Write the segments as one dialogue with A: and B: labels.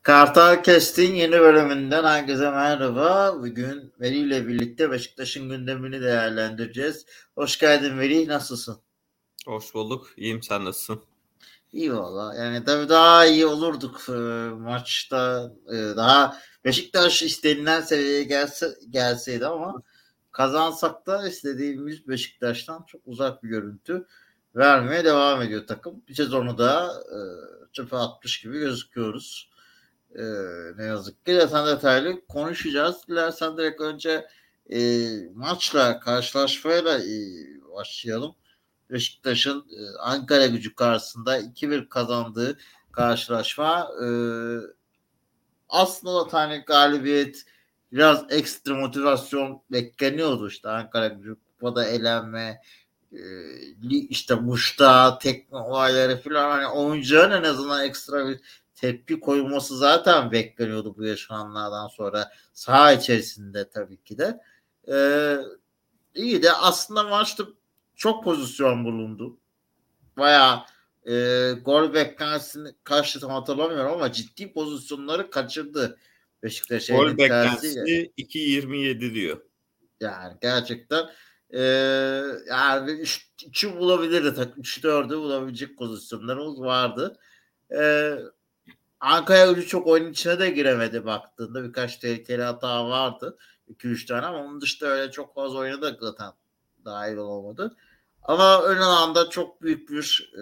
A: Kartal Kest'in yeni bölümünden herkese merhaba. Bugün Veli ile birlikte Beşiktaş'ın gündemini değerlendireceğiz. Hoş geldin Veli, nasılsın?
B: Hoş bulduk. İyiyim, sen nasılsın?
A: İyi valla. Yani tabii daha iyi olurduk maçta. Daha Beşiktaş istenilen seviyeye gelseydi ama kazansak da istediğimiz Beşiktaş'tan çok uzak bir görüntü vermeye devam ediyor takım. Bir sezonu da çöpe atmış gibi gözüküyoruz. Ee, Ne yazık ki zaten detaylı konuşacağız. Dilersen direkt önce maçla, karşılaşmayla başlayalım. Beşiktaş'ın Ankara Gücü karşısında 2-1 kazandığı karşılaşma. Aslında tane galibiyet, biraz ekstra motivasyon bekleniyordu. İşte Ankara Gücü kupada elenme, işte Muş'ta tekme olayları falan, hani oyuncuların en azından ekstra bir tepki koyulması zaten bekleniyordu bu yaşananlardan sonra saha içerisinde tabii ki de. Ee, iyi de aslında maçta çok pozisyon bulundu. Bayağı gol beklentisini kaçtı tam hatırlamıyorum ama ciddi pozisyonları kaçırdı Beşiktaş
B: Gol
A: elinin tersiyle.
B: beklentisi 2.27 diyor.
A: Yani gerçekten e, yani 3'ü bulabilirdi. 3-4'ü bulabilecek pozisyonlarımız vardı. E, Ankara Gücü çok oyunun içine de giremedi baktığında. Birkaç tehlikeli hata vardı. 2-3 tane ama onun dışında öyle çok fazla oyuna da zaten dahil olamadı. Ama ön alanda çok büyük bir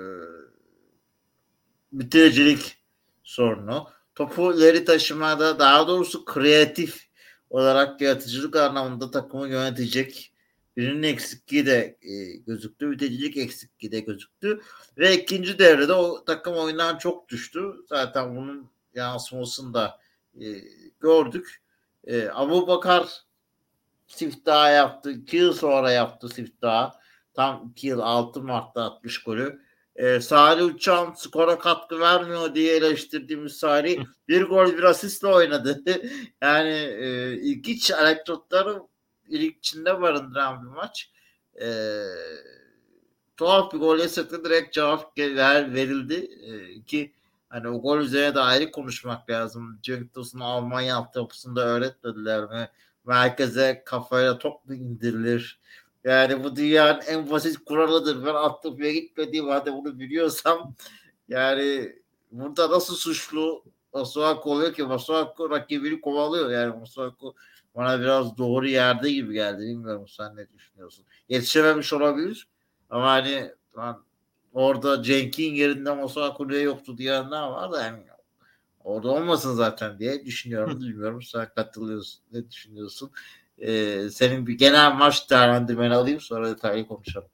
A: bitiricilik sorunu. Topu ileri taşımada, daha doğrusu kreatif olarak yaratıcılık anlamında takımı yönetecek birinin eksikliği de gözüktü. Bitiricilik eksikliği de gözüktü. Ve ikinci devrede o takım oyundan çok düştü. Zaten bunun yansımasını da e, gördük. Abu Bakar siftah yaptı. 2 yıl sonra yaptı siftah. Tam 2 yıl 6 Mart'ta atmış golü. Salih Uçan skora katkı vermiyor diye eleştirdiğimiz Salih bir gol bir asistle oynadı. Yani ilginç anekdotları içinde barındıran bir maç. E, Tuhaf bir gol yesek direkt cevap verildi. Ki hani o gol üzerine de ayrı konuşmak lazım. Cenk Tosun'un Almanya altyapısında öğretmediler mi? Merkeze kafayla top mu indirilir? Yani bu dünyanın en basit kuralıdır. Ben altyapıya gitmediğim halde bunu biliyorsam yani burada nasıl suçlu Masuaku oluyor ki? Masuaku rakibini kovalıyor. Yani Masuaku bana biraz doğru yerde gibi geldi. Bilmiyorum, sen ne düşünüyorsun? Yetişememiş olabilir. Ama hani lan orada Cenk'in yerinde Masuaku niye yoktu diyenler var da yani orada olmasın zaten diye düşünüyorum. Bilmiyorum, sen katılıyorsun. Ne düşünüyorsun? Senin bir genel maç değerlendirmeni alayım, sonra detaylı konuşalım.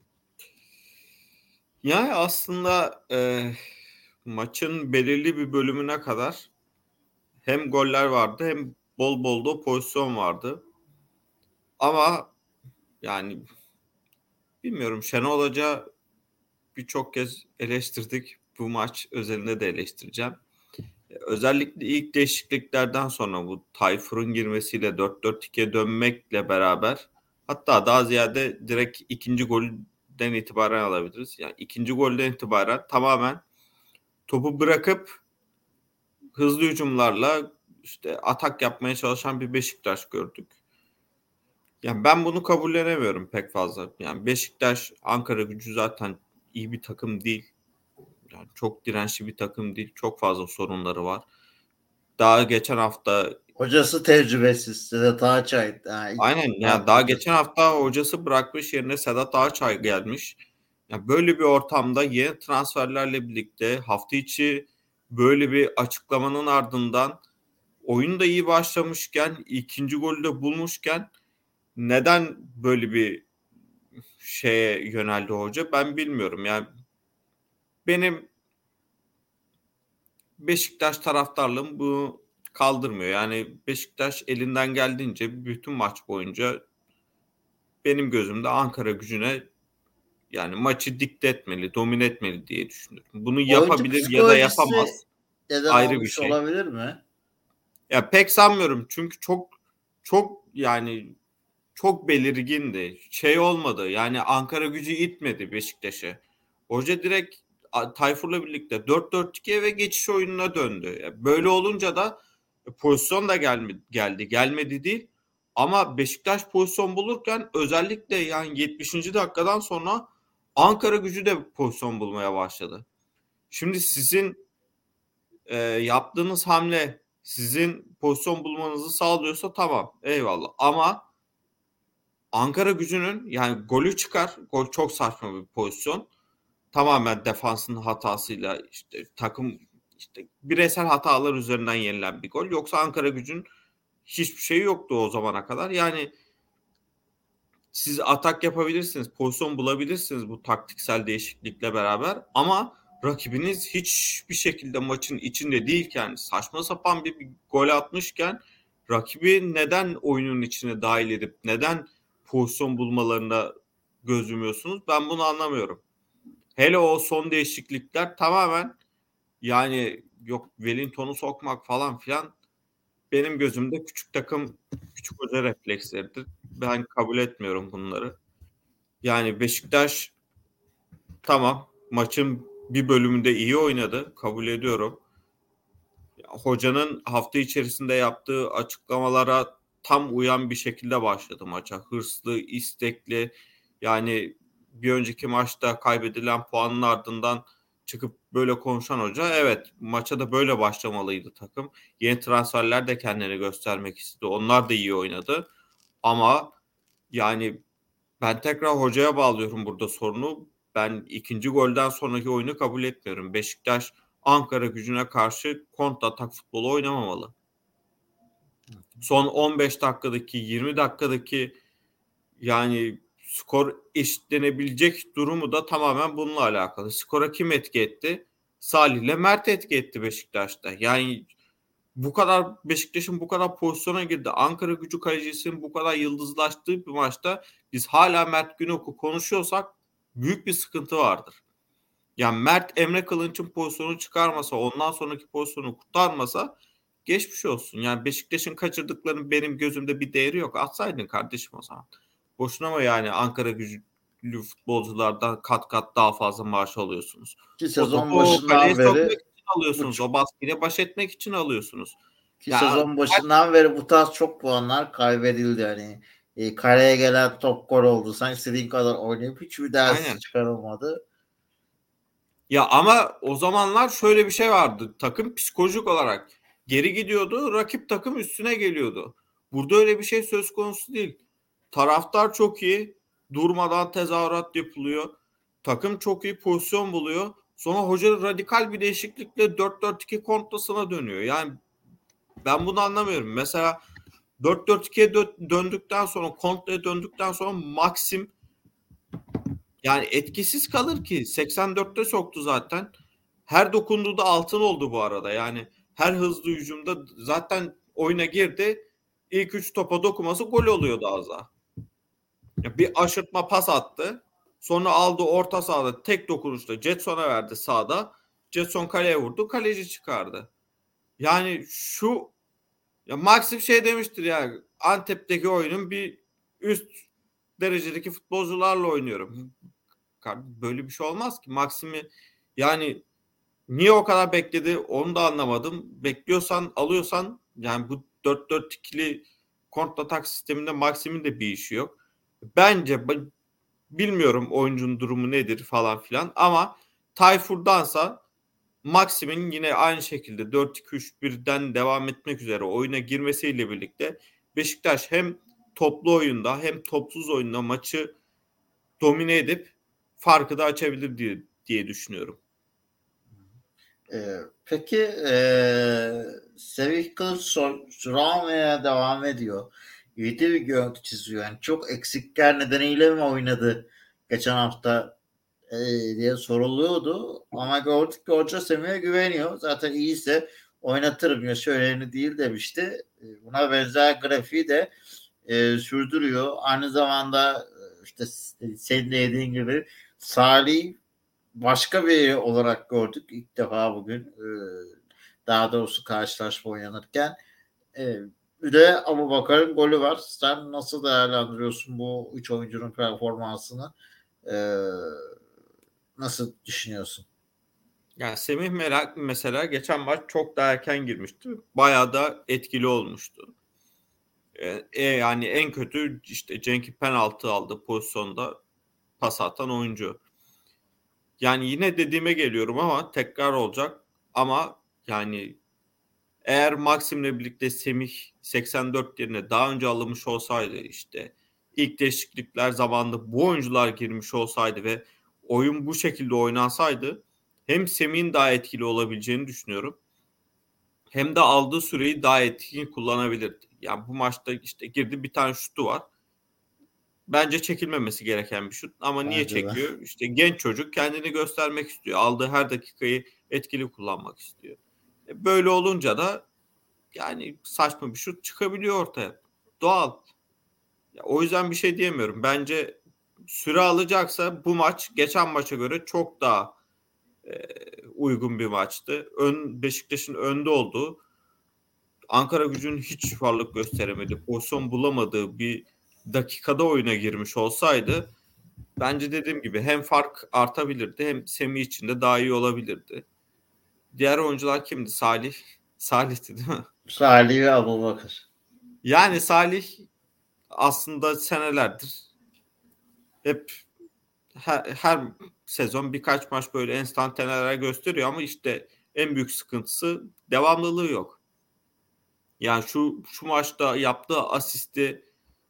B: Yani aslında maçın belirli bir bölümüne kadar hem goller vardı hem bol bol da pozisyon vardı. Ama yani bilmiyorum, Şenol Hoca birçok kez eleştirdik. Bu maç özelinde de eleştireceğim. Özellikle ilk değişikliklerden sonra bu Tayfur'un girmesiyle 4-4-2'ye dönmekle beraber, hatta daha ziyade direkt ikinci golden itibaren alabiliriz. Yani ikinci golden itibaren tamamen topu bırakıp hızlı hücumlarla işte atak yapmaya çalışan bir Beşiktaş gördük. Yani ben bunu kabullenemiyorum pek fazla. Yani Beşiktaş, Ankara Gücü zaten iyi bir takım değil. Yani çok dirençli bir takım değil. Çok fazla sorunları var. Daha geçen hafta
A: Hocası tecrübesiz. Sedat Ağaçay. Ha, ilk
B: aynen ya, daha geçen
A: hocası.
B: hafta hocası bırakmış, yerine Sedat Ağaçay gelmiş. Ya böyle bir ortamda yeni transferlerle birlikte hafta içi böyle bir açıklamanın ardından oyun da iyi başlamışken, ikinci golü de bulmuşken neden böyle bir şeye yöneldi hoca, ben bilmiyorum. Yani benim Beşiktaş taraftarlığım bu kaldırmıyor. Yani Beşiktaş elinden geldiğince bütün maç boyunca benim gözümde Ankara Gücü'ne yani maçı dikte etmeli, domine etmeli diye düşünüyorum. Bunu
A: Oyuncu
B: yapabilir ya da
A: psikolojisi
B: yapamaz,
A: neden
B: ayrı bir
A: olmuş
B: şey.
A: olabilir mi?
B: Ya pek sanmıyorum, çünkü çok yani çok belirgindi. Şey olmadı. Yani Ankara Gücü itmedi Beşiktaş'ı. Hoca direkt Tayfur'la birlikte 4-4-2'ye ve geçiş oyununa döndü. Böyle olunca da pozisyon da geldi. Gelmedi değil. Ama Beşiktaş pozisyon bulurken özellikle yani 70. dakikadan sonra Ankaragücü de pozisyon bulmaya başladı. Şimdi sizin yaptığınız hamle sizin pozisyon bulmanızı sağlıyorsa tamam, eyvallah. Ama Ankaragücü'nün yani golü çıkar. Gol çok saçma bir pozisyon. Tamamen defansın hatasıyla işte takım işte bireysel hatalar üzerinden yenilen bir gol. Yoksa Ankaragücü'nün hiçbir şeyi yoktu o zamana kadar. Yani siz atak yapabilirsiniz, pozisyon bulabilirsiniz bu taktiksel değişiklikle beraber ama rakibiniz hiçbir şekilde maçın içinde değilken, saçma sapan bir gol atmışken rakibi neden oyunun içine dahil edip neden pozisyon bulmalarına göz yumuyorsunuz? Ben bunu anlamıyorum. Hele o son değişiklikler tamamen yani yok Wellington'u sokmak falan filan benim gözümde küçük takım, küçük hoca refleksleridir. Ben kabul etmiyorum bunları. Yani Beşiktaş tamam maçın bir bölümünde iyi oynadı. Kabul ediyorum. Hocanın hafta içerisinde yaptığı açıklamalara tam uyan bir şekilde başladı maça. Hırslı, istekli. Yani bir önceki maçta kaybedilen puanın ardından çıkıp böyle konuşan hoca evet maça da böyle başlamalıydı takım. Yeni transferler de kendini göstermek istedi. Onlar da iyi oynadı. Ama yani ben tekrar hocaya bağlıyorum burada sorunu. Ben ikinci golden sonraki oyunu kabul etmiyorum. Beşiktaş Ankaragücü'ne karşı kontratak futbolu oynamamalı. Son 15 dakikadaki, 20 dakikadaki yani skor eşitlenebilecek durumu da tamamen bununla alakalı. Skora kim etki etti? Salih ile Mert etki etti Beşiktaş'ta. Yani bu kadar Beşiktaş'ın bu kadar pozisyona girdi. Ankaragücü kalecisinin bu kadar yıldızlaştığı bir maçta biz hala Mert Günok'u konuşuyorsak büyük bir sıkıntı vardır. Yani Mert Emre Kılınç'ın pozisyonu çıkarmasa, ondan sonraki pozisyonu kurtarmasa geçmiş olsun. Yani Beşiktaş'ın kaçırdıklarının benim gözümde bir değeri yok. Atsaydın kardeşim o zaman. Boşuna mı yani Ankaragücü futbolculardan kat kat daha fazla maaş alıyorsunuz?
A: Ki
B: O
A: sezon
B: topu kaleye
A: başından
B: sokmak
A: beri
B: için alıyorsunuz.
A: bu
B: O baskıyla baş etmek için alıyorsunuz.
A: ki
B: Ya
A: sezon başından beri bu tarz çok puanlar kaybedildi. Hani kaleye gelen top gol oldu. Sen istediğin kadar oynayıp hiçbir ders
B: aynen.
A: çıkarılmadı.
B: Ya ama o zamanlar şöyle bir şey vardı. Takım psikolojik olarak geri gidiyordu. Rakip takım üstüne geliyordu. Burada öyle bir şey söz konusu değil. Taraftar çok iyi. Durmadan tezahürat yapılıyor. Takım çok iyi pozisyon buluyor. Sonra hoca radikal bir değişiklikle 4-4-2 kontlasına dönüyor. Yani ben bunu anlamıyorum. Mesela 4-4-2'ye döndükten sonra kontraya döndükten sonra Maxim yani etkisiz kalır ki 84'te soktu zaten. Her dokunduğu da altın oldu bu arada. Yani her hızlı hücumda zaten oyuna girdi. İlk 3 topa dokuması gol oluyordu az daha. Bir aşırtma pas attı. Sonra aldı orta sahada tek dokunuşla Jetson'a verdi sağda. Jetson kaleye vurdu. Kaleci çıkardı. Yani şu ya Maxim şey demiştir ya Antep'teki oyunun bir üst derecedeki futbolcularla oynuyorum. Böyle bir şey olmaz ki. Maxim'i yani niye o kadar bekledi onu da anlamadım. Bekliyorsan alıyorsan yani bu 4-4-2'li kontratak sisteminde Maxim'in de bir işi yok. Bence bilmiyorum oyuncunun durumu nedir falan filan ama Tayfur'dansa Maxim'in yine aynı şekilde 4-2-3-1'den devam etmek üzere oyuna girmesiyle birlikte Beşiktaş hem toplu oyunda hem topsuz oyunda maçı domine edip farkı da açabilir diye düşünüyorum.
A: Peki Semih Kılıçsoy Ramia'ya devam ediyor. İyi de bir görüntü çiziyor. Yani çok eksikler nedeniyle mi oynadı geçen hafta diye soruluyordu. Ama gördük ki hoca Semih'e güveniyor. Zaten iyiyse oynatırım ya şöyleni değil demişti. Buna benzer grafiği de sürdürüyor. Aynı zamanda işte senin de dediğin gibi Salih başka bir olarak gördük ilk defa bugün. Daha doğrusu karşılaşma oynanırken. Bir de Abubakar'ın golü var. Sen nasıl değerlendiriyorsun bu üç oyuncunun performansını? Nasıl düşünüyorsun?
B: Yani Semih Merak mesela geçen maç çok daha erken girmişti. Bayağı da etkili olmuştu. Yani en kötü işte Cenk'i penaltı aldı pozisyonda pas atan oyuncu. Yani yine dediğime geliyorum ama tekrar olacak. Ama yani eğer Maxim'le birlikte Semih 84 yerine daha önce alınmış olsaydı, işte ilk değişiklikler zamanında bu oyuncular girmiş olsaydı ve oyun bu şekilde oynansaydı hem Semih'in daha etkili olabileceğini düşünüyorum. Hem de aldığı süreyi daha etkin kullanabilirdi. Yani bu maçta işte girdi, bir tane şutu var. Bence çekilmemesi gereken bir şut. Ama niye
A: Bence de.
B: çekiyor? İşte genç çocuk kendini göstermek istiyor. Aldığı her dakikayı etkili kullanmak istiyor. Böyle olunca da yani saçma bir şut çıkabiliyor ortaya. Doğal. Ya, o yüzden bir şey diyemiyorum. Bence süre alacaksa bu maç geçen maça göre çok daha uygun bir maçtı. Beşiktaş'ın önde olduğu, Ankaragücü'nün hiç varlık gösteremedi, pozisyon bulamadığı bir dakikada oyuna girmiş olsaydı bence dediğim gibi hem fark artabilirdi hem Semih için de daha iyi olabilirdi. Diğer oyuncular kimdi? Salih'ti değil mi?
A: Salih ve Abubakar.
B: Yani Salih aslında senelerdir hep her sezon birkaç maç böyle enstantaneler gösteriyor ama işte en büyük sıkıntısı devamlılığı yok. Yani şu maçta yaptığı asisti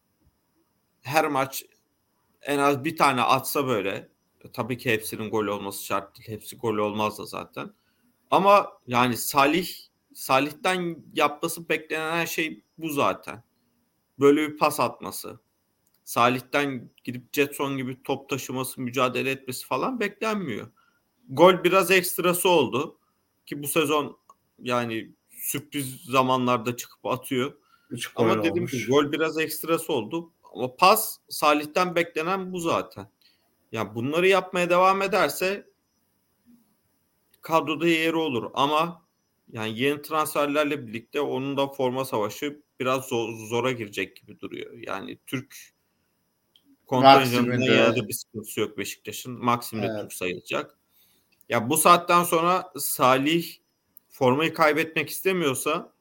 B: her maç en az bir tane atsa böyle, tabii ki hepsinin gol olması şart değil. Hepsi gol olmaz da zaten. Ama yani Salih'ten yapması beklenen her şey bu zaten. Böyle bir pas atması. Salih'ten gidip Jetson gibi top taşıması, mücadele etmesi falan beklenmiyor. Gol biraz ekstrası oldu. Ki bu sezon yani sürpriz zamanlarda çıkıp atıyor.
A: 3 gol
B: Ama dediğim gibi
A: olmuş.
B: gol biraz ekstrası oldu. Ama pas Salih'ten beklenen bu zaten. Ya bunları yapmaya devam ederse kadroda yeri olur ama yani yeni transferlerle birlikte onun da forma savaşı biraz zora girecek gibi duruyor. Yani Türk
A: Maksim'i
B: kontenjanından yana
A: de
B: da bir sıkıntısı yok Beşiktaş'ın. Maxim de Türk
A: evet.
B: sayılacak. Ya bu saatten sonra Salih formayı kaybetmek istemiyorsa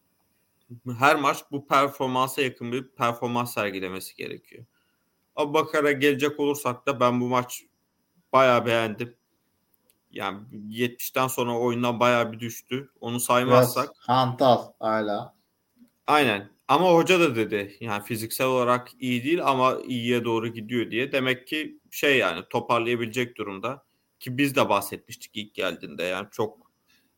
B: her maç bu performansa yakın bir performans sergilemesi gerekiyor. Abubakar'a gelecek olursak da ben bu maç bayağı beğendim. Yani 70'ten sonra oyundan bayağı bir düştü. Onu
A: Biraz
B: saymazsak
A: hantal hala.
B: aynen. Ama hoca da dedi yani fiziksel olarak iyi değil ama iyiye doğru gidiyor diye. Demek ki yani toparlayabilecek durumda. Ki biz de bahsetmiştik ilk geldiğinde, yani çok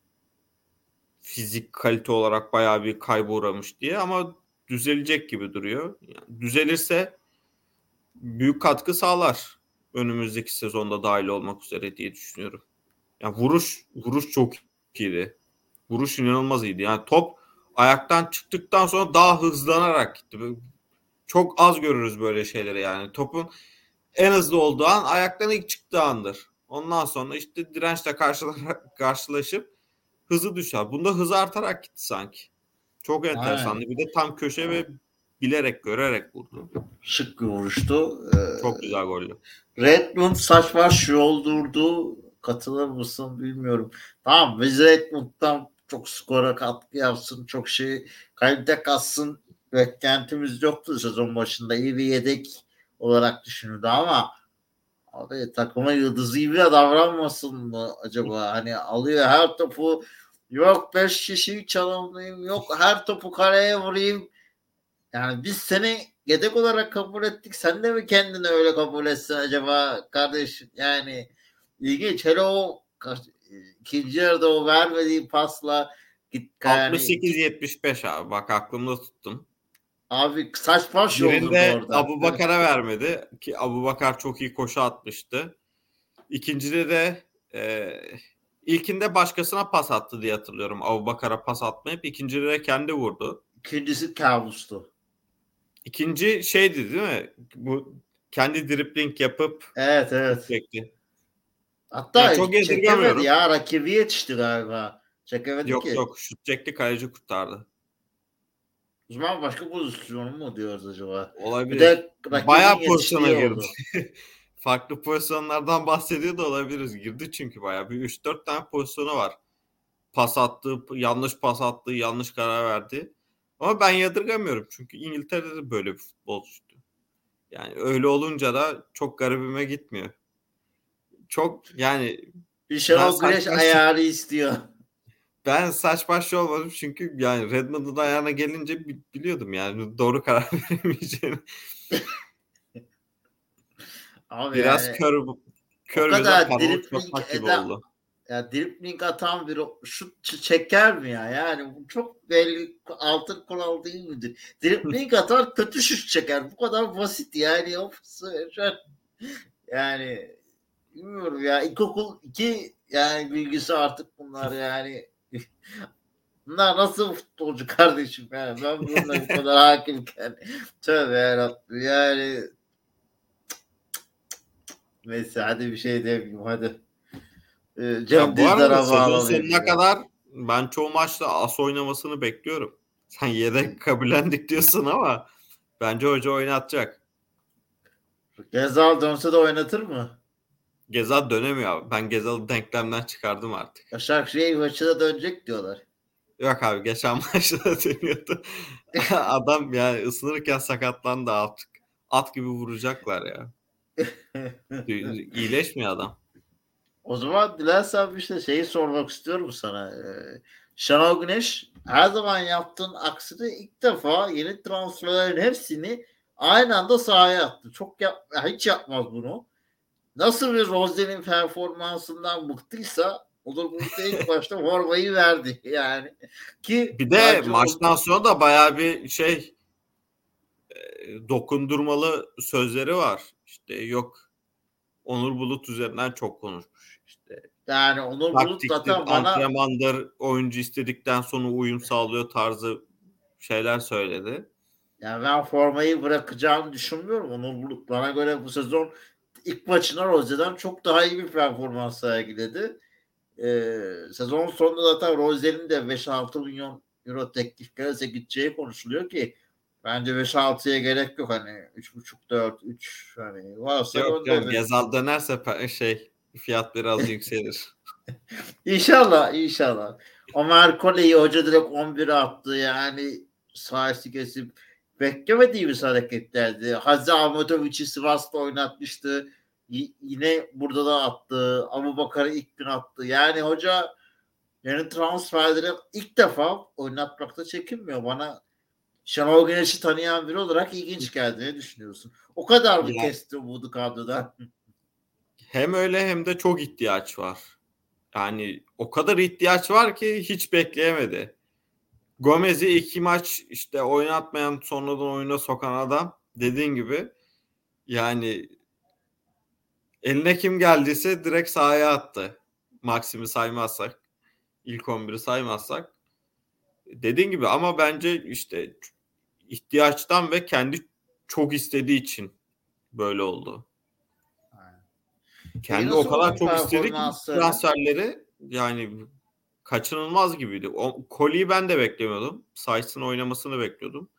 B: fizik kalite olarak bayağı bir kayba uğramış diye ama düzelecek gibi duruyor. Yani düzelirse büyük katkı sağlar önümüzdeki sezonda dahil olmak üzere diye düşünüyorum. Yani vuruş çok iyiydi. Vuruş inanılmaz iyiydi. Yani top ayaktan çıktıktan sonra daha hızlanarak gitti. Çok az görürüz böyle şeyleri yani. Topun en hızlı olduğu an ayaktan ilk çıktığı andır. Ondan sonra işte dirençle karşılaşıp hızı düşer. Bunda hız artarak gitti sanki. Çok enteresandı.
A: Aynen.
B: Bir de tam köşe ve bilerek, görerek vurdu.
A: Şık bir vuruştu.
B: Çok güzel gollü.
A: Redmond saç baş yoldurdu. Katılır mısın bilmiyorum. Tamam biz Redmond'dan çok skora katkı yapsın. Çok kalite katsın. Beklentimiz yoktu sezon başında. İyi bir yedek olarak düşünüldü ama abi takıma yıldızı gibi davranmasın mı acaba? Hani alıyor her topu, yok 5 kişiyi çalımlayayım, yok her topu kareye vurayım. Yani biz seni yedek olarak kabul ettik. Sen de mi kendini öyle kabul etsin acaba kardeş? Yani ilginç. Hele o ikinci yarıda o vermediği pasla yani
B: 68-75 abi. Bak aklımda tuttum.
A: abi saç baş yoldurdu
B: Birinde
A: orada.
B: Abubakar'a vermedi ki Abubakar çok iyi koşu atmıştı. İkincide de ilkinde başkasına pas attı diye hatırlıyorum. Abubakar'a pas atmayıp ikincide de kendi vurdu.
A: İkincisi kabustu.
B: İkinci şeydi değil mi? Bu kendi dribling yapıp
A: Evet
B: şut
A: evet.
B: çekti. Yani
A: Hatta
B: çok
A: çekemedi
B: yadırgamıyorum.
A: ya. Rakibi yetişti galiba. Çekemedi
B: Yok
A: ki.
B: yok, şut çekti, kaleci kurtardı.
A: O zaman başka pozisyonu mu diyoruz acaba? Bir
B: Olabilir.
A: de rakibin
B: Bayağı pozisyona
A: yetiştiği
B: girdi.
A: oldu.
B: farklı pozisyonlardan bahsediyor da olabiliriz. Girdi çünkü bayağı. Bir 3-4 tane pozisyonu var. Pas attı, yanlış pas attı, yanlış karar verdi. Ama ben yadırgamıyorum. Çünkü İngiltere'de de böyle bir futbolcuydu. Yani öyle olunca da çok garibime gitmiyor. Çok yani
A: Bir
B: ben
A: Şenol
B: saç
A: Güneş
B: baş
A: ayarı istiyor.
B: ben saç başlı olmadım çünkü yani Redmond'un ayağına gelince biliyordum yani doğru karar veremeyeceğini.
A: Abi
B: Biraz
A: yani o
B: kör göze
A: kadar
B: parmak
A: dripling
B: sokmak gibi
A: eden,
B: oldu.
A: ya dripling atan bir şut çeker mi ya? Yani bu çok belli altın kural değil midir? Dripling atar kötü şut çeker. Bu kadar basit yani. Yani bilmiyorum ya. İlkokul 2 yani bilgisi artık bunlar yani. Bunlar nasıl futbolcu kardeşim yani? Ben bununla bu kadar hakimken. Tövbe yarabbim yani. Neyse hadi bir şey demeyeyim hadi.
B: Ya
A: Cem
B: bu arada
A: Dizdar'a
B: sezon
A: bağlamayayım
B: sonuna
A: biraz.
B: kadar ben çoğu maçta as oynamasını bekliyorum. Sen yedek kabullendik diyorsun ama bence hoca oynatacak.
A: Gezal dönse de oynatır mı?
B: Gezal dönemiyor abi. Ben Gezal'ı denklemden çıkardım artık.
A: Başakşehir maçına dönecek diyorlar.
B: Yok abi geçen maçta da dönüyordu. Adam yani ısınırken sakatlandı artık. At gibi vuracaklar ya. İyileşmiyor adam.
A: O zaman dilersen bir şey şeyi sormak istiyorum sana. Şenol Güneş her zaman yaptığın aksine ilk defa yeni transferlerin hepsini aynı anda sahaya attı. Hiç yapmaz bunu. Nasıl bir Rozi'nin performansından bıktıysa Onur Bulut'a ilk başta formayı verdi yani. Ki
B: Bir de
A: bence
B: maçtan sonra da bayağı bir dokundurmalı sözleri var. İşte yok Onur Bulut üzerinden çok konuşmuş. İşte
A: yani Onur Bulut
B: taktiktir,
A: zaten bana
B: antrenmandır, oyuncu istedikten sonra uyum sağlıyor tarzı şeyler söyledi.
A: yani ben formayı bırakacağını düşünmüyorum. Onur Bulut bana göre bu sezon ilk maçına Rozi'den çok daha iyi bir performans sergiledi. Sezon sonunda zaten Rozi'nin de 5-6 milyon euro teklif gelirse gideceği konuşuluyor ki bence 5-6'ya gerek yok. Hani 3,5-4-3 hani varsa
B: Yok canım
A: gönderir.
B: Gezal dönerse fiyat biraz yükselir.
A: İnşallah, inşallah. Ömer Kole'yi hoca direkt 11'e attı. Yani sahası kesip beklemediğimiz hareketlerdi. Hazze Ahmetovic'i Sivas'ta oynatmıştı. Yine burada da attı. Abubakar'ı ilk gün attı. Yani hoca yeni transferleri ilk defa oynatmakta çekinmiyor. Bana Şenol Güneş'i tanıyan biri olarak ilginç geldiğini düşünüyorsun. O kadar mı
B: Ya
A: kesti umudu kadrodan?
B: hem öyle hem de çok ihtiyaç var. Yani o kadar ihtiyaç var ki hiç bekleyemedi. Gomez'i 2 maç işte oynatmayan sonradan oyuna sokan adam dediğin gibi yani eline kim geldiyse direkt sahaya attı. Maxim'i saymazsak, ilk 11'i saymazsak. Dediğin gibi ama bence işte ihtiyaçtan ve kendi çok istediği için böyle oldu. Kendi o
A: Nasıl
B: kadar
A: buldun
B: çok istedi ki
A: performanslarını?
B: transferleri yani kaçınılmaz gibiydi. O Koli'yi ben de beklemiyordum. Saïs'ın oynamasını bekliyordum.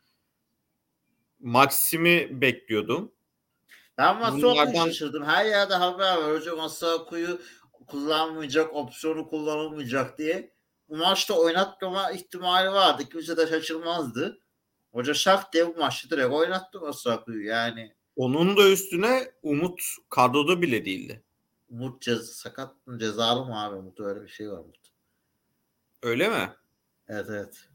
B: Maxim'i bekliyordum.
A: Ben Masuaku'yu
B: Bunlardan
A: şaşırdım. Her yerde haber var. Hocam Masuaku'yu kullanmayacak, opsiyonu kullanılmayacak diye. Bu maçta oynatmama ihtimali vardı. Kimse de şaşırmazdı. Hoca şak diye bu maçta direkt oynattı Masuaku'yu. Yani
B: onun da üstüne Umut kadroda bile değildi.
A: Sakat mı cezalı mı abi Umut? Öyle bir şey var Umut.
B: Öyle mi?
A: Evet evet.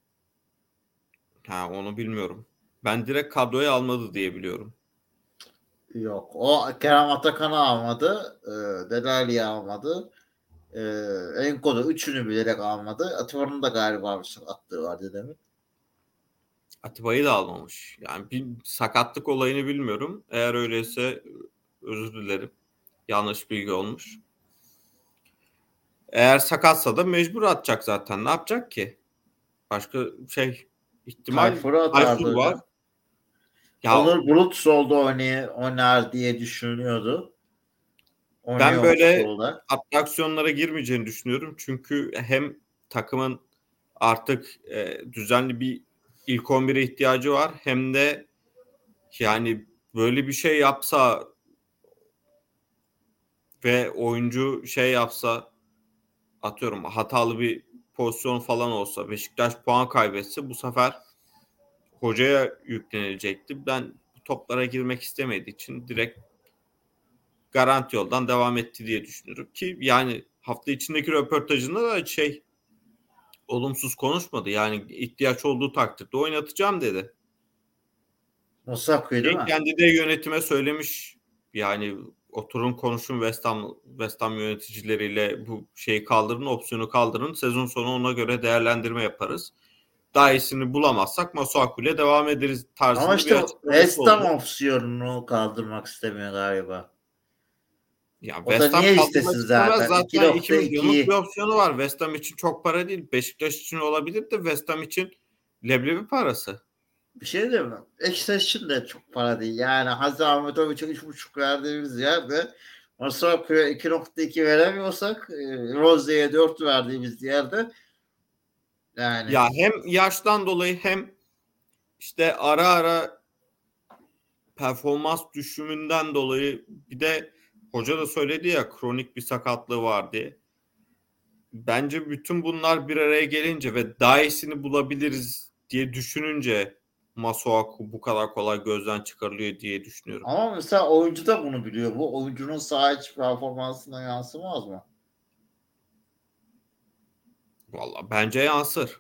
B: Ha onu bilmiyorum. Ben direkt kadroya almadı diye biliyorum.
A: Yok. O Kerem Atakan'ı almadı. Delali'yi almadı. E, Enkodu üçünü bilerek almadı. Atibar'ın da galiba bir attığı vardı demin.
B: Atiba'yı da almamış. Yani bir sakatlık olayını bilmiyorum. Eğer öyleyse özür dilerim. Yanlış bilgi olmuş. Eğer sakatsa da mecbur atacak zaten. Ne yapacak ki? Başka ihtimal
A: Tayfur'u atardı
B: Tayfur var.
A: hocam.
B: Ya
A: Onur Bulut solda oynar diye düşünüyordu.
B: ben
A: Oynuyormuş
B: böyle
A: solda.
B: atraksiyonlara girmeyeceğini düşünüyorum. Çünkü hem takımın artık düzenli bir ilk 11'e ihtiyacı var. Hem de yani böyle bir şey yapsa ve oyuncu şey yapsa, atıyorum hatalı bir pozisyon falan olsa, Beşiktaş puan kaybetse bu sefer hocaya yüklenilecekti. Ben bu toplara girmek istemediği için direkt garanti yoldan devam etti diye düşünüyorum ki yani hafta içindeki röportajında da olumsuz konuşmadı. Yani ihtiyaç olduğu takdirde oynatacağım dedi.
A: Osaku'yu değil mi?
B: Kendi de yönetime söylemiş. Yani oturun konuşun West Ham yöneticileriyle bu şeyi kaldırın, opsiyonu kaldırın. Sezon sonu ona göre değerlendirme yaparız. Daha iyisini bulamazsak Masuaku ile devam ederiz
A: Ama
B: tarzında bir
A: işte
B: açıklaması
A: West Ham
B: oldu.
A: opsiyonunu kaldırmak istemiyor galiba.
B: Ya
A: O da
B: West Ham
A: niye
B: kaldırmak
A: istesin
B: istemez.
A: zaten?
B: Zaten 2 milyonluk bir
A: 2.2.
B: opsiyonu var. West Ham için çok para değil. Beşiktaş için olabilir de West Ham için leblebi parası.
A: Bir şey diyeyim mi? Beşiktaş için de çok para değil. Yani Hazreti Ahmetoviç'e 3.5 verdiğimiz yerde Masuaku'ya 2.2 veremiyorsak Rozi'ye 4 verdiğimiz yerde yani
B: Ya hem yaştan dolayı hem işte ara ara performans düşümünden dolayı bir de hoca da söyledi ya kronik bir sakatlığı var diye. Bence bütün bunlar bir araya gelince ve daha iyisini bulabiliriz diye düşününce Masuaku bu kadar kolay gözden çıkarılıyor diye düşünüyorum.
A: ama mesela oyuncu da bunu biliyor. Bu oyuncunun saha içi performansına yansımaz mı?
B: Valla bence yansır.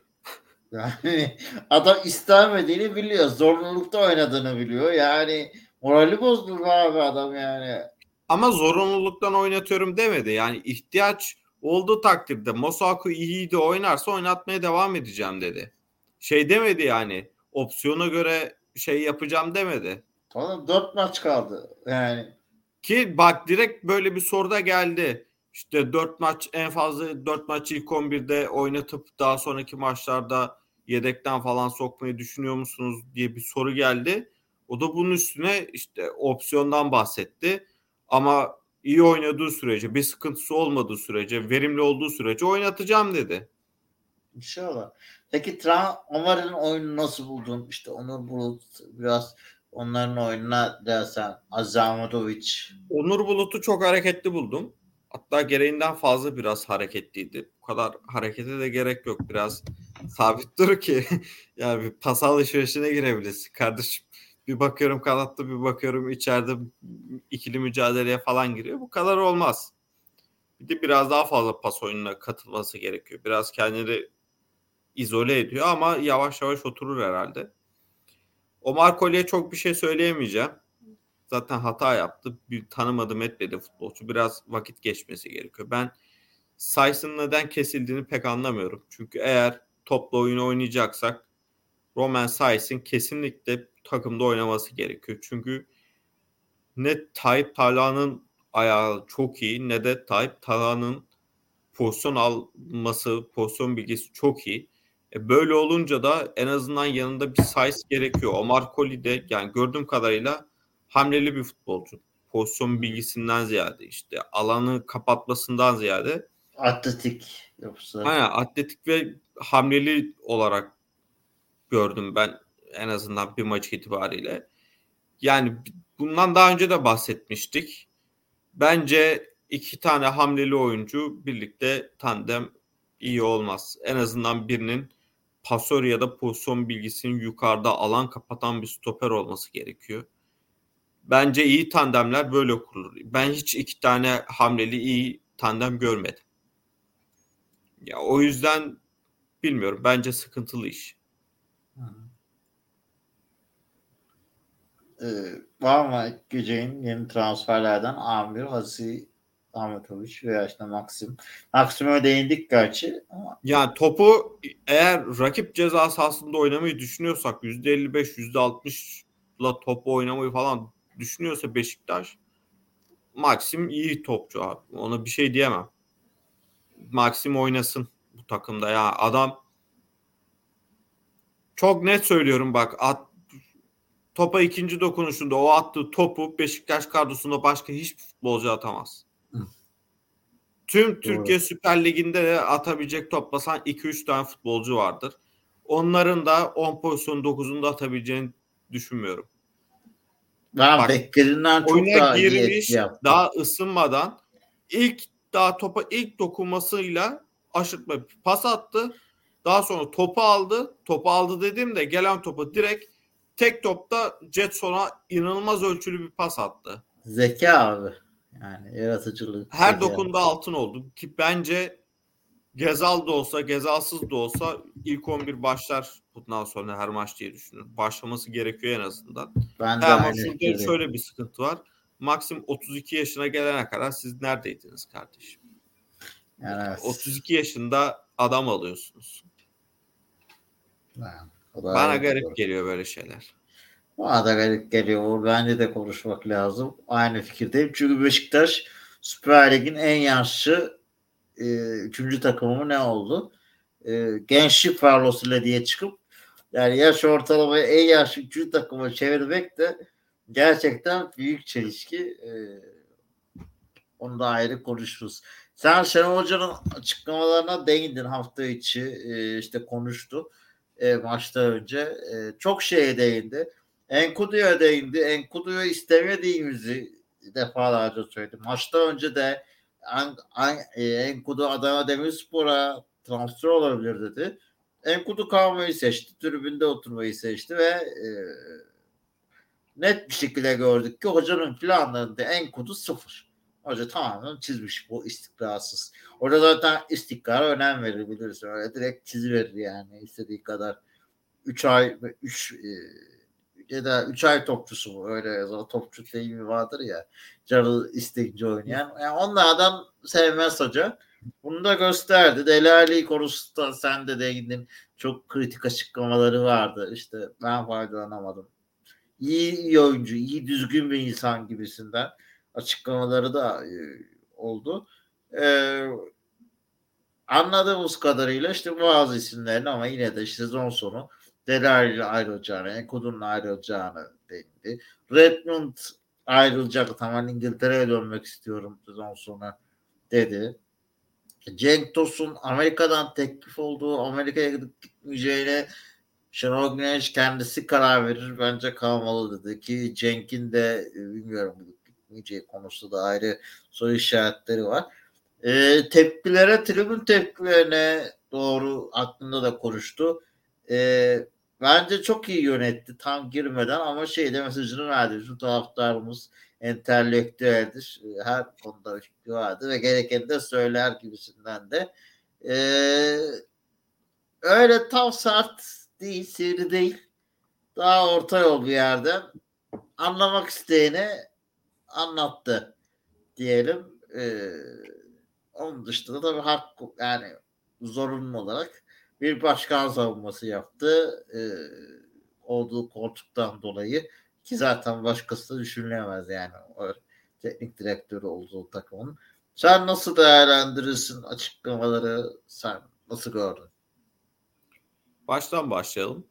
A: Yani adam istemediğini biliyor. Zorunlulukta oynadığını biliyor. Yani morali bozulur abi adam yani.
B: Ama zorunluluktan oynatıyorum demedi. Yani ihtiyaç olduğu takdirde Masuaku iyiydi oynarsa oynatmaya devam edeceğim dedi. Şey demedi yani opsiyona göre şey yapacağım demedi.
A: Tamam 4 maç kaldı. Yani
B: Ki bak direkt böyle bir soruda geldi. İşte 4 maç en fazla 4 maç ilk 11'de oynatıp daha sonraki maçlarda yedekten falan sokmayı düşünüyor musunuz diye bir soru geldi. O da bunun üstüne işte opsiyondan bahsetti. Ama iyi oynadığı sürece, bir sıkıntısı olmadığı sürece, verimli olduğu sürece oynatacağım dedi.
A: inşallah. Peki Ömer'in oyunu nasıl buldun? İşte Onur Bulut biraz onların oyununa dersen Azamovic.
B: Onur Bulut'u çok hareketli buldum. Hatta gereğinden fazla biraz hareketliydi. Bu kadar harekete de gerek yok. Biraz sabit dur ki yani bir pas alışverişine girebilirsin kardeşim. Bir bakıyorum kanatta bir bakıyorum içeride ikili mücadeleye falan giriyor. Bu kadar olmaz. Bir de biraz daha fazla pas oyununa katılması gerekiyor. Biraz kendini izole ediyor ama yavaş yavaş oturur herhalde. Omar Kolye'ye çok bir şey söyleyemeyeceğim. Zaten hata yaptı. Bir tanımadım etmedi futbolcu. Biraz vakit geçmesi gerekiyor. Ben Says'ın neden kesildiğini pek anlamıyorum. Çünkü eğer topla oyun oynayacaksak Romain Says'ın kesinlikle takımda oynaması gerekiyor. Çünkü ne Tayyip Talha'nın ayağı çok iyi ne de Tayyip Talha'nın pozisyon alması, pozisyon bilgisi çok iyi. Böyle olunca da en azından yanında bir size gerekiyor. Omar Colley de yani gördüğüm kadarıyla hamleli bir futbolcu. Pozisyon bilgisinden ziyade işte alanı kapatmasından ziyade
A: Atletik yapısı.
B: aynen atletik ve hamleli olarak gördüm ben en azından bir maç itibariyle. Yani bundan daha önce de bahsetmiştik. Bence iki tane hamleli oyuncu birlikte tandem iyi olmaz. En azından birinin pasör ya da pozisyon bilgisinin yukarıda alan kapatan bir stoper olması gerekiyor. Bence iyi tandemler böyle kurulur. Ben hiç iki tane hamleli iyi tandem görmedim. Ya o yüzden bilmiyorum. Bence sıkıntılı iş.
A: Var mı Gece'nin yeni transferlerden Amir, Hasi, Ahmetoviç veya işte Maxim. Maxim'e değindik gerçi ama
B: Yani topu eğer rakip ceza sahasında oynamayı düşünüyorsak %55, %60'la topu oynamayı falan düşünüyorsa Beşiktaş Maxim iyi topçu abi. Ona bir şey diyemem. Maxim oynasın bu takımda ya. Adam çok net söylüyorum bak topa ikinci dokunuşunda o attığı topu Beşiktaş kadrosunda başka hiçbir futbolcu atamaz. Tüm
A: doğru.
B: Türkiye Süper Ligi'nde de atabilecek toplasan 2-3 tane futbolcu vardır. Onların da 10 pozisyon 9'unu da atabileceğini düşünmüyorum.
A: Ben
B: Bak
A: beklediğimden çok
B: oyuna
A: daha iyi etki
B: girmiş
A: yaptı.
B: daha ısınmadan topa ilk dokunmasıyla aşırtma bir pas attı. Daha sonra topu aldı. Topu aldı dediğimde gelen topu direkt tek topta Jetson'a inanılmaz ölçülü bir pas attı.
A: Zeka abi. Yani yaratıcılık,
B: Her
A: zeka.
B: dokunda altın oldu ki bence Gezal da olsa, Gezalsız da olsa ilk 11 başlar bundan sonra her maç diye düşünüyorum. Başlaması gerekiyor en azından.
A: Ben de
B: Ama
A: aynı
B: şurada
A: fikirdeyim.
B: şöyle bir sıkıntı var. Maxim 32 yaşına gelene kadar siz neredeydiniz kardeşim?
A: Yani
B: Yani
A: evet.
B: 32 yaşında adam alıyorsunuz.
A: Yani, o da
B: Bana
A: ayrı bir
B: garip
A: konu.
B: geliyor böyle şeyler.
A: Bana da garip geliyor. Bence de konuşmak lazım. Aynı fikirdeyim. Çünkü Beşiktaş Süper Lig'in en yaşlı 3. takımı ne oldu? Gençlik parlosuyla diye çıkıp yani yaş ortalamayı en yaşlı 3. takıma çevirmek de gerçekten büyük çelişki. Onu da ayrı konuşuruz. Sen Şenol Hoca'nın açıklamalarına değindin hafta içi işte konuştu maçtan önce. Çok şeye değindi. Enkudu'ya değindi. Enkudu'yu istemediğimizi defalarca söyledi. Maçtan önce de Enkudu Adana Demirspor'a transfer olabilir dedi. Enkudu kalmayı seçti. Tribünde oturmayı seçti ve net bir şekilde gördük ki hocanın planlarında Enkudu sıfır. Hoca tamamen çizmiş bu istikrarsız. Orada zaten istikrara önem verir bilirsin. Öyle direkt çiziverir yani istediği kadar. 3 ay 3 ya da 3 ay topçusu mu öyle yazar topçu deyimi vardır ya canı isteyince oynayan. Yani onlardan sevmez hoca. Bunu da gösterdi. Delali konusunda sen de değindin. Çok kritik açıklamaları vardı. İşte ben faydalanamadım. İyi oyuncu, iyi düzgün bir insan gibisinden açıklamaları da oldu. E, Anladığımız kadarıyla işte bazı isimlerin ama yine de işte sezon sonu Delali ile ayrılacağını, Enkudu'nun ayrılacağını değindi. Redmond ayrılacak, tamamen İngiltere'ye dönmek istiyorum sezon sonu dedi. Cenk Tosun Amerika'dan teklif olduğu, Amerika'ya gidip gitmeyeceğine Şenol Güneş kendisi karar verir. Bence kalmalı dedi ki Cenk'in de bilmiyorum gidip gitmeyeceği konusu da ayrı soru işaretleri var. Tribün tepkilerine doğru aklında da konuştu. Bence çok iyi yönetti tam girmeden ama şeyde mesajını verdi. Şu taraftarımız entelektüeldir. Her konuda fikri vardı ve gerekeni de söyler gibisinden de. Ee, Öyle tam sert değil, sivri değil. Daha orta yol bir yerden anlamak isteyene anlattı diyelim. Onun dışında da tabii hak yani zorunlu olarak bir başkan savunması yaptı. Olduğu koltuktan dolayı ki zaten başkası da düşünülemez yani o teknik direktörü olduğu takımın. Sen nasıl değerlendirirsin açıklamaları? Sen nasıl gördün?
B: Baştan başlayalım.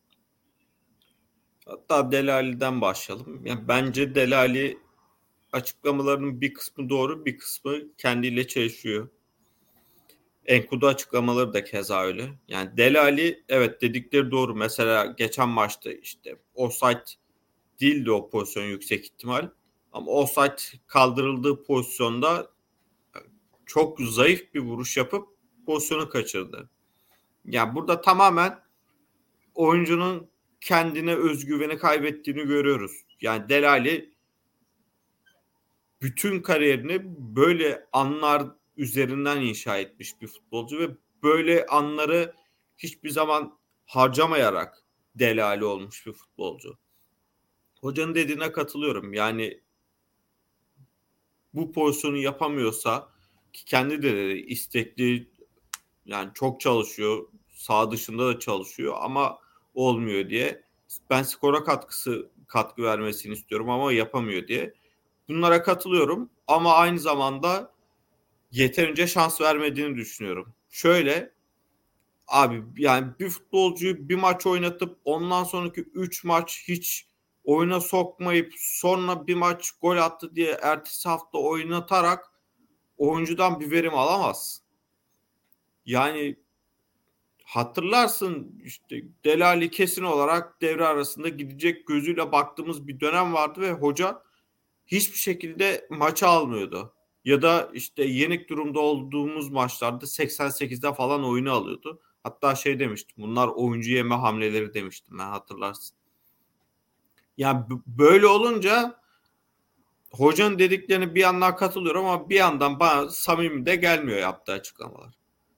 B: Hatta Delali'den başlayalım. Yani bence Delali açıklamalarının bir kısmı doğru, bir kısmı kendiyle çelişiyor. Enkudu açıklamaları da keza öyle. Yani Delali evet dedikleri doğru. Mesela geçen maçta işte offside değildi o pozisyon yüksek ihtimal. Ama offside kaldırıldığı pozisyonda çok zayıf bir vuruş yapıp pozisyonu kaçırdı. Yani burada tamamen oyuncunun kendine özgüveni kaybettiğini görüyoruz. Yani Delali bütün kariyerini böyle anlar üzerinden inşa etmiş bir futbolcu ve böyle anları hiçbir zaman harcamayarak Delali olmuş bir futbolcu. Hocanın dediğine katılıyorum. Yani bu pozisyonu yapamıyorsa ki kendi de istekli yani çok çalışıyor. Sağ dışında da çalışıyor ama olmuyor diye. Ben skora katkı vermesini istiyorum ama yapamıyor diye. Bunlara katılıyorum ama aynı zamanda yeterince şans vermediğini düşünüyorum. Şöyle abi yani bir futbolcuyu bir maç oynatıp ondan sonraki 3 maç hiç oyuna sokmayıp sonra bir maç gol attı diye ertesi hafta oynatarak oyuncudan bir verim alamazsın. Yani hatırlarsın işte Delali kesin olarak devre arasında gidecek gözüyle baktığımız bir dönem vardı ve hoca hiçbir şekilde maça almıyordu. ya da işte yenik durumda olduğumuz maçlarda 88'de falan oyunu alıyordu. Hatta şey demiştim, bunlar oyuncu yeme hamleleri demiştim ben, hatırlarsın. Yani böyle olunca hocanın dediklerine bir yandan katılıyorum ama bir yandan bana samimi de gelmiyor yaptığı açıklamalar.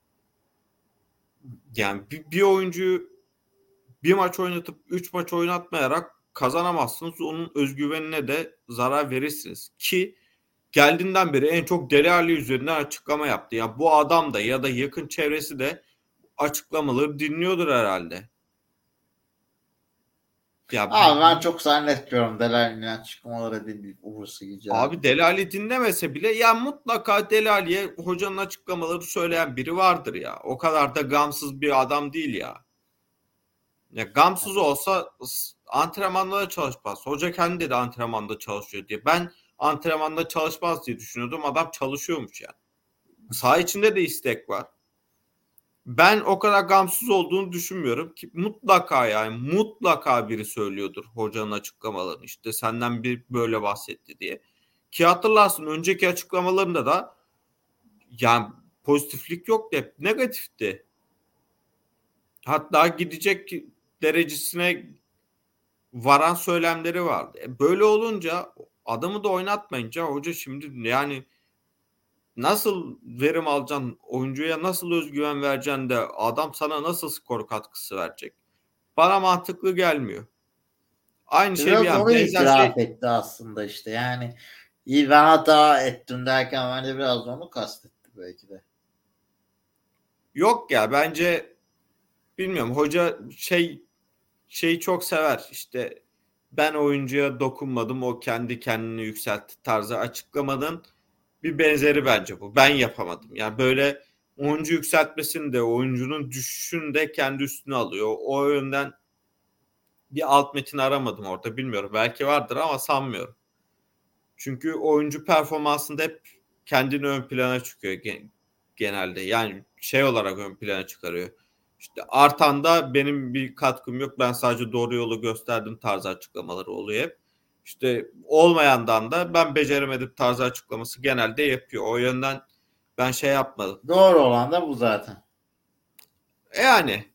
B: Yani bir oyuncuyu bir maç oynatıp 3 maç oynatmayarak kazanamazsınız. Onun özgüvenine de zarar verirsiniz. Ki geldiğinden beri en çok Dele Alli üzerinden açıklama yaptı. Ya bu adam da ya da yakın çevresi de açıklamaları dinliyordur herhalde. Ya
A: Abi ben çok zannetmiyorum Delali'nin açıklamaları dinleyip uğursu gideceğini.
B: abi Dele Alli dinlemese bile ya mutlaka Dele Alli'ye hocanın açıklamaları söyleyen biri vardır ya. O kadar da gamsız bir adam değil ya. Ya gamsız olsa antrenmanda da çalışmaz. Hoca kendi de antrenmanda çalışıyor diye. Ben antrenmanda çalışmaz diye düşünüyordum. Adam çalışıyormuş yani. Saha içinde de istek var. Ben o kadar gamsız olduğunu düşünmüyorum ki mutlaka, yani mutlaka biri söylüyordur hocanın açıklamalarını, işte senden bir böyle bahsetti diye. Ki hatırlarsın önceki açıklamalarında da yani pozitiflik yoktu, hep negatifti. Hatta gidecek derecesine varan söylemleri vardı. Böyle olunca adamı da oynatmayınca hoca şimdi yani nasıl verim alacaksın, oyuncuya nasıl özgüven vereceksin de adam sana nasıl skor katkısı verecek? Bana mantıklı gelmiyor. Aynı şey bir
A: Biraz
B: yani
A: onu
B: benzer şey
A: itiraf etti aslında işte. Yani iyi ben hata ettim derken bence biraz onu kastetti belki de.
B: yok ya, bence bilmiyorum, hoca şeyi çok sever işte, ben oyuncuya dokunmadım, o kendi kendini yükseltti tarzı açıklamanın bir benzeri bence bu. Ben yapamadım. Yani böyle oyuncu yükseltmesini de oyuncunun düşüşünü de kendi üstüne alıyor. O yönden bir alt metin aramadım orada. Bilmiyorum. Belki vardır ama sanmıyorum. Çünkü oyuncu performansında hep kendini ön plana çıkıyor genelde. Yani şey olarak ön plana çıkarıyor. İşte Artan'da benim bir katkım yok, ben sadece doğru yolu gösterdim tarzı açıklamaları oluyor hep. İşte olmayandan da ben beceremedim tarzı açıklaması genelde yapıyor. O yönden ben şey yapmadım.
A: Doğru olan da bu zaten.
B: Yani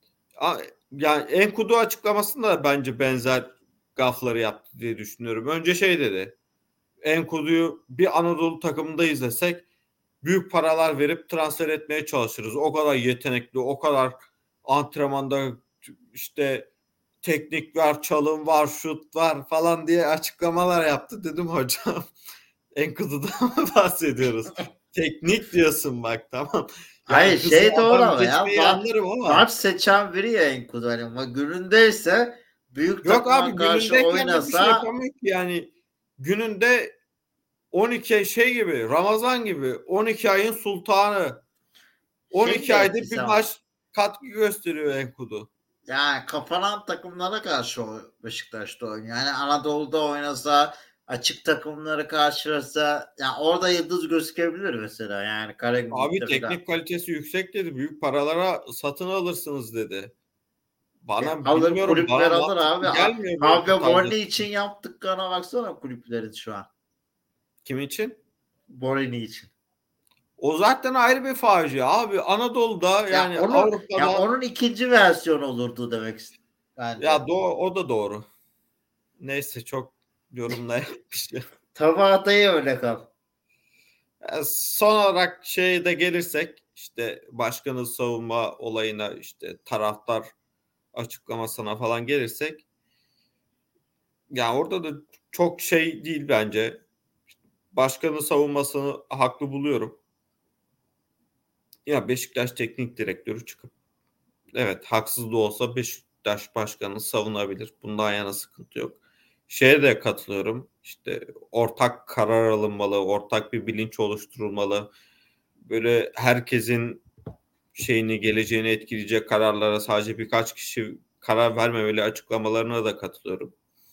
B: yani Enkudu açıklamasında da bence benzer gafları yaptı diye düşünüyorum. Önce şey dedi. Enkudu'yu bir Anadolu takımında izlesek büyük paralar verip transfer etmeye çalışırız. O kadar yetenekli, o kadar antrenmanda işte teknik var, çalım var, şut var falan diye açıklamalar yaptı. Dedim hocam Enkudu'dan mı bahsediyoruz? Teknik diyorsun bak, tamam. Yani
A: Hayır
B: hızlı
A: şey doğru
B: adam
A: ama ya
B: geçmeyi anlarım ama
A: maç seçen biri ya Enkudu. Hani günündeyse büyük
B: yok abi,
A: takıma karşı
B: günündeyken de bir şey
A: oynasa
B: yapamıyor ki yani. Gününde 12 şey gibi, Ramazan gibi 12 ayın sultanı.
A: şeyin
B: 12
A: de
B: ayda
A: etkisi
B: bir
A: ama.
B: maç katkı gösteriyor Enkudu.
A: Yani kapanan takımlara karşı Beşiktaş'ta oynuyor. Yani Anadolu'da oynasa açık takımları karşılasa yani orada yıldız gözükebilir mesela yani
B: Abi
A: Karagümrük'te falan.
B: teknik kalitesi yüksek dedi. Büyük paralara satın alırsınız dedi. Bana
A: Alır
B: bilmiyorum,
A: kulüpler
B: bana
A: alır abi.
B: mantıklı gelmiyor bu
A: Abi
B: tarz
A: Borni için
B: açıklama.
A: yaptıklarına baksana kulüplerin şu an.
B: Kim için?
A: Borni için.
B: O zaten ayrı bir facia abi. Anadolu'da
A: Ya
B: yani
A: onu ya
B: Avrupa'da
A: onun ikinci versiyonu olurdu demek bence.
B: ya o da doğru. Neyse, çok yorumla yapmışım.
A: Tabaatayı öyle kal.
B: Son olarak şeye de gelirsek, işte başkanı savunma olayına, işte taraftar açıklamasına falan gelirsek, yani orada da çok şey değil bence. Başkanın savunmasını haklı buluyorum. Ya Beşiktaş teknik direktörü çıkıp evet haksız da olsa Beşiktaş başkanını savunabilir. Bundan yana sıkıntı yok. Şeye de katılıyorum. İşte ortak karar alınmalı, ortak bir bilinç oluşturulmalı. Böyle herkesin şeyini, geleceğini etkileyecek kararlara sadece birkaç kişi karar vermemeli açıklamalarına da katılıyorum.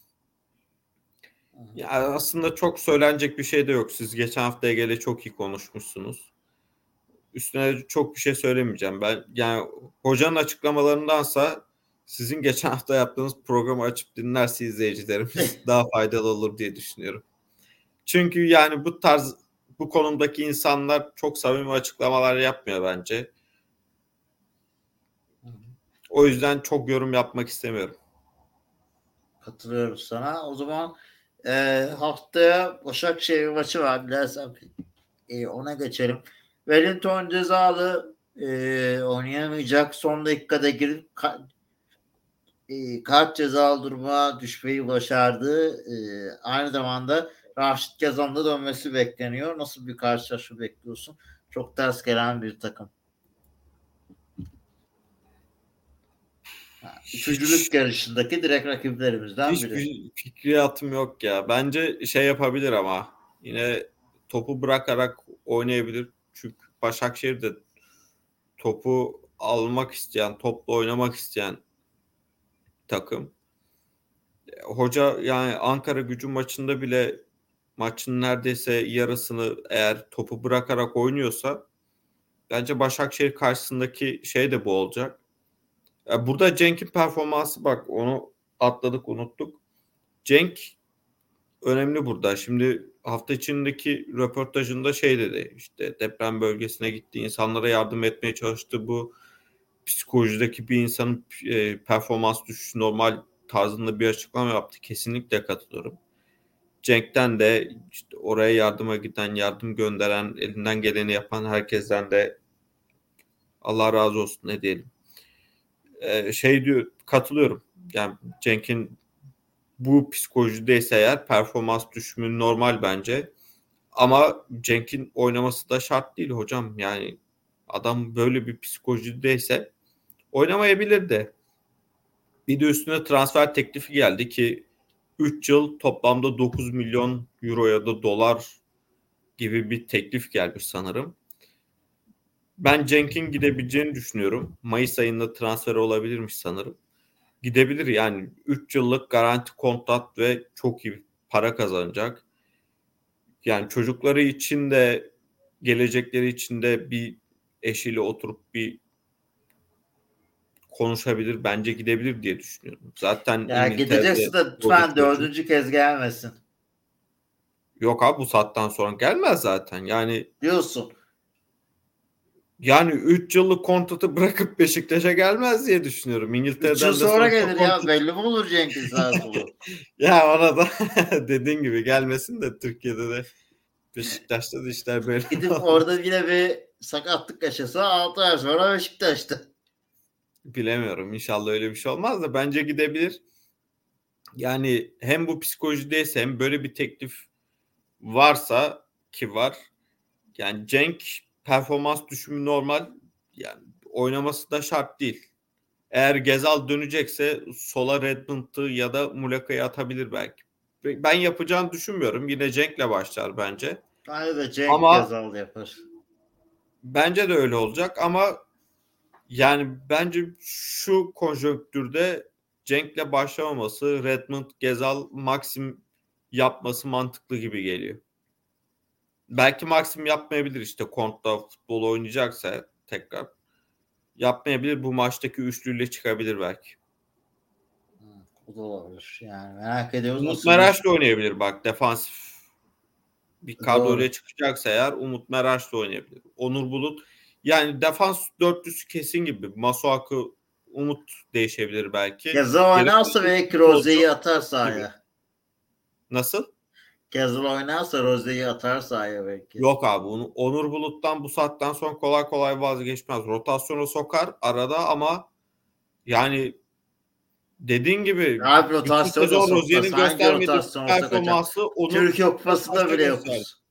B: Ya aslında çok söylenecek bir şey de yok. Siz geçen hafta Ege'yle çok iyi konuşmuşsunuz. Üstüne çok bir şey söylemeyeceğim. Ben yani hocanın açıklamalarındansa sizin geçen hafta yaptığınız programı açıp dinlerse izleyicilerimiz daha faydalı olur diye düşünüyorum. Çünkü yani bu tarz bu konumdaki insanlar çok samimi açıklamalar yapmıyor bence. O yüzden çok yorum yapmak istemiyorum.
A: Katılıyorum sana. O zaman haftaya Başakşehir maçı var. Dilersen ona geçelim. Wellington cezalı, oynayamayacak. Son dakikada girip kart cezalı duruma düşmeyi başardı. Aynı zamanda Raşit Gezal'ın da dönmesi bekleniyor. Nasıl bir karşılaşma bekliyorsun? Çok ters gelen bir takım. Üçüncülük yarışındaki direkt rakiplerimizden biri.
B: Hiçbir fikriyatım yok ya. Bence şey yapabilir ama yine topu bırakarak oynayabilir. Çünkü Başakşehir de topu almak isteyen, topla oynamak isteyen takım. Hoca yani Ankara-Gücü maçında bile maçın neredeyse yarısını eğer topu bırakarak oynuyorsa bence Başakşehir karşısındaki şey de bu olacak. Burada Cenk'in performansı bak onu atladık unuttuk. Cenk önemli burada. Şimdi hafta içindeki röportajında şey dedi işte deprem bölgesine gitti insanlara yardım etmeye çalıştı bu psikolojideki bir insanın performans düşüşü normal tarzında bir açıklama yaptı. Kesinlikle katılıyorum. Cenk'ten de işte oraya yardıma giden, yardım gönderen, elinden geleni yapan herkesten de Allah razı olsun ne diyelim. Şey diyor katılıyorum. Yani Cenk'in bu psikolojideyse eğer performans düşümü normal bence. Ama Cenk'in oynaması da şart değil hocam. Yani adam böyle bir psikolojideyse oynamayabilir de. Bir de üstüne transfer teklifi geldi ki 3 yıl toplamda 9 milyon euro ya da dolar gibi bir teklif gelmiş sanırım. Ben Cenk'in gidebileceğini düşünüyorum. Mayıs ayında transfer olabilirmiş sanırım. Gidebilir yani 3 yıllık garanti kontrat ve çok iyi para kazanacak. Yani çocukları için de gelecekleri için de bir eşiyle oturup bir konuşabilir. Bence gidebilir diye düşünüyorum. Zaten
A: Ya gideceksin
B: İngiltere'de
A: de
B: doğdu
A: lütfen
B: çocuğu.
A: dördüncü kez gelmesin.
B: Yok abi bu saatten sonra gelmez zaten.
A: Diyorsun.
B: Yani 3 yıllık kontratı bırakıp Beşiktaş'a gelmez diye düşünüyorum.
A: 3 yıl
B: İngiltere'den de
A: sonra
B: sonuçta
A: gelir ya.
B: kontrat.
A: Belli mi olur Cenk'in sağ solu?
B: Ya ona da dediğin gibi gelmesin de Türkiye'de de Beşiktaş'ta da işler böyle
A: Gidip
B: olmaz.
A: orada yine bir sakatlık yaşasa 6 ay sonra Beşiktaş'ta.
B: Bilemiyorum. İnşallah öyle bir şey olmaz da bence gidebilir. Yani hem bu psikolojideyse hem böyle bir teklif varsa ki var. Yani Cenk performans düşümü normal. Yani oynaması da şart değil. Eğer Gezal dönecekse sola Redmond'u ya da Muleka'yı atabilir belki. Ben yapacağını düşünmüyorum. Yine Cenk'le başlar bence.
A: Aynı da Cenk
B: Ama
A: Gezal yapar.
B: bence de öyle olacak ama yani bence şu konjonktürde Cenk'le başlamaması, Redmond, Gezal, Maxim yapması mantıklı gibi geliyor. Belki Maxim yapmayabilir işte Kont'ta futbol oynayacaksa tekrar. Yapmayabilir bu maçtaki üçlüyle çıkabilir belki.
A: O da olabilir. Yani merak ediyoruz
B: Umut
A: nasıl bir
B: Meraş da oynayabilir bak defansif bir kadroyla
A: doğru.
B: çıkacaksa eğer Umut Meraş da oynayabilir. Onur Bulut yani defans dörtlüsü kesin gibi. Masuaku Umut değişebilir belki.
A: Gezal oynarsa
B: Yedek
A: belki
B: futbolcu
A: Rozi'yi atar
B: gibi.
A: sahaya.
B: Nasıl?
A: Gezal oynarsa Rozi'yi atar sahaya belki.
B: Yok abi Onur Bulut'tan bu saatten sonra kolay kolay vazgeçmez. Rotasyona sokar arada ama yani dediğin gibi
A: Abi
B: bütün
A: rotasyon da
B: sezon
A: sokmaz.
B: Rozier'in
A: Hangi
B: göstermediği
A: rotasyona sokacak?
B: performansı Onur
A: Türkiye
B: ilk
A: Kupası'nda
B: maçta
A: bile
B: gösterdi.
A: yokuz.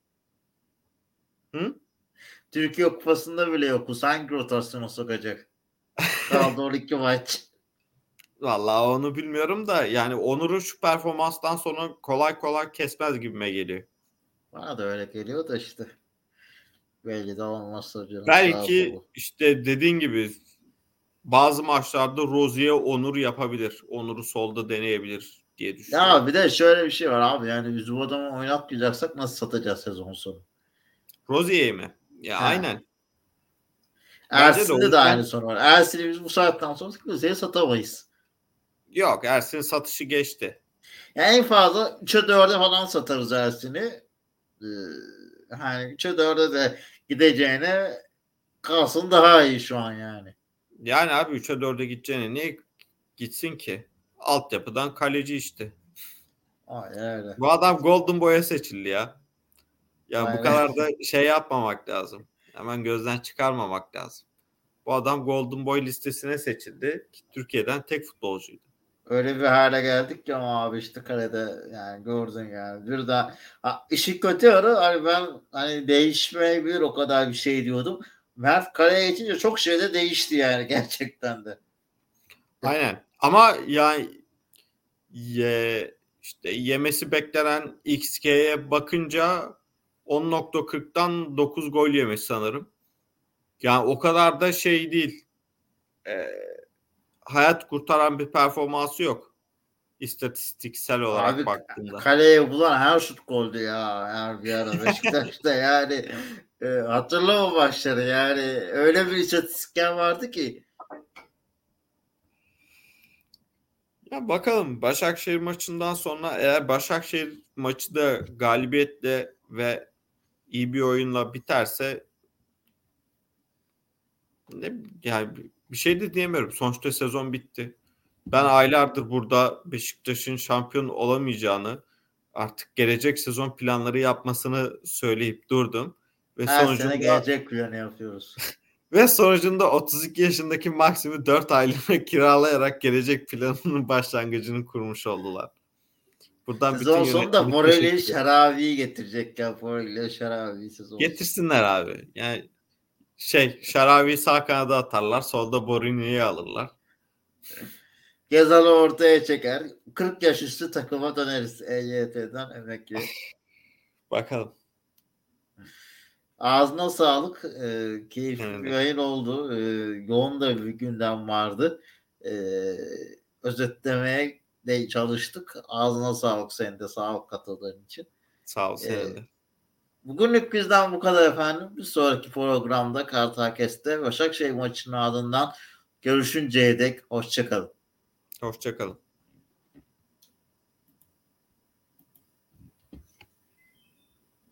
B: Hı?
A: Türkiye Kupası'nda bile yokuz. Hangi rotasyona sokacak? Kaldı 12 maç.
B: Vallahi onu bilmiyorum da yani Onur'u şu performanstan sonra kolay kolay kesmez gibime geliyor.
A: Bana da öyle geliyor da işte. Belli de olmazsa canın sağ
B: Belki
A: solu.
B: işte dediğin gibi bazı maçlarda Rozier Onur yapabilir. Onur'u solda deneyebilir diye düşünüyorum.
A: Ya bir de şöyle bir şey var abi. Yani biz bu adamı oynatmayacaksak nasıl satacağız sezon sonu?
B: Rozier'i mi? Ya
A: Ha.
B: aynen. Bence de o
A: Ersin'de de aynı
B: yüzden
A: sorun var. Ersin'i biz bu saatten sonra kimseye satamayız.
B: yok Ersin satışı geçti.
A: Yani en fazla 3'e 4'e falan satarız Ersin'i. Ee, hani 3'e 4'e de gideceğine kalsın daha iyi şu an yani.
B: Yani abi 3'e 4'e gideceğine niye gitsin ki? Altyapıdan kaleci işte.
A: Aynen öyle.
B: Bu adam Golden Boy'a seçildi ya. Ya bu
A: Aynen.
B: kadar da şey yapmamak lazım. Hemen gözden çıkarmamak lazım. Bu adam Golden Boy listesine seçildi. Türkiye'den tek futbolcuydu.
A: Öyle bir hale geldik ki ama abi işte kalede yani gördün yani. Bir daha işi kötü ara hani ben hani değişmeyebilir o kadar bir şey diyordum. Mert kaleye geçince çok şey de değişti yani gerçekten de.
B: Aynen. Ama yani işte yemesi beklenen XG'ye bakınca 10.40'dan 9 gol yemiş sanırım. Yani o kadar da şey değil. Ee, hayat kurtaran bir performansı yok. İstatistiksel olarak
A: Abi
B: baktığında.
A: kaleye bulan her şut goldü ya. Her bir ara Beşiktaş'ta yani hatırlama maçları yani öyle bir istatistikler vardı ki.
B: Ya bakalım Başakşehir maçından sonra eğer Başakşehir maçı da galibiyetle ve iyi bir oyunla biterse ne yani bir şey de diyemiyorum. Sonuçta sezon bitti. Ben aylardır burada Beşiktaş'ın şampiyon olamayacağını, artık gelecek sezon planları yapmasını söyleyip durdum ve
A: Her sene
B: sonucunda
A: gelecek planı yapıyoruz.
B: 32 yaşındaki Maxim'i 4 aylığına kiralayarak gelecek planının başlangıcını kurmuş oldular. Buradan bütün
A: Sezon sonunda
B: yönetimi
A: Morel'i
B: teşekkür ederim.
A: Şarabi'yi getirecek ya. Morel'i Şarabi sezon sonu.
B: Getirsinler abi. Yani Şarabi'yi sağ kanada atarlar. Solda Borini'yi alırlar.
A: Gezal'ı ortaya çeker. 40 yaş üstü takıma döneriz. EYT'den emekli.
B: Bakalım.
A: Ağzına sağlık. Keyifli bir
B: Yani
A: yayın oldu. Yoğun da bir gündem vardı. Özetlemeye de çalıştık. Ağzına sağlık senin de sağ ol katıldığın için.
B: sağ ol
A: Ee,
B: senin de.
A: Bugünlük bizden bu kadar efendim. Bir sonraki programda Kartakes'te Başakşehir maçının ardından görüşünceye dek hoşçakalın.
B: Hoşça kalın.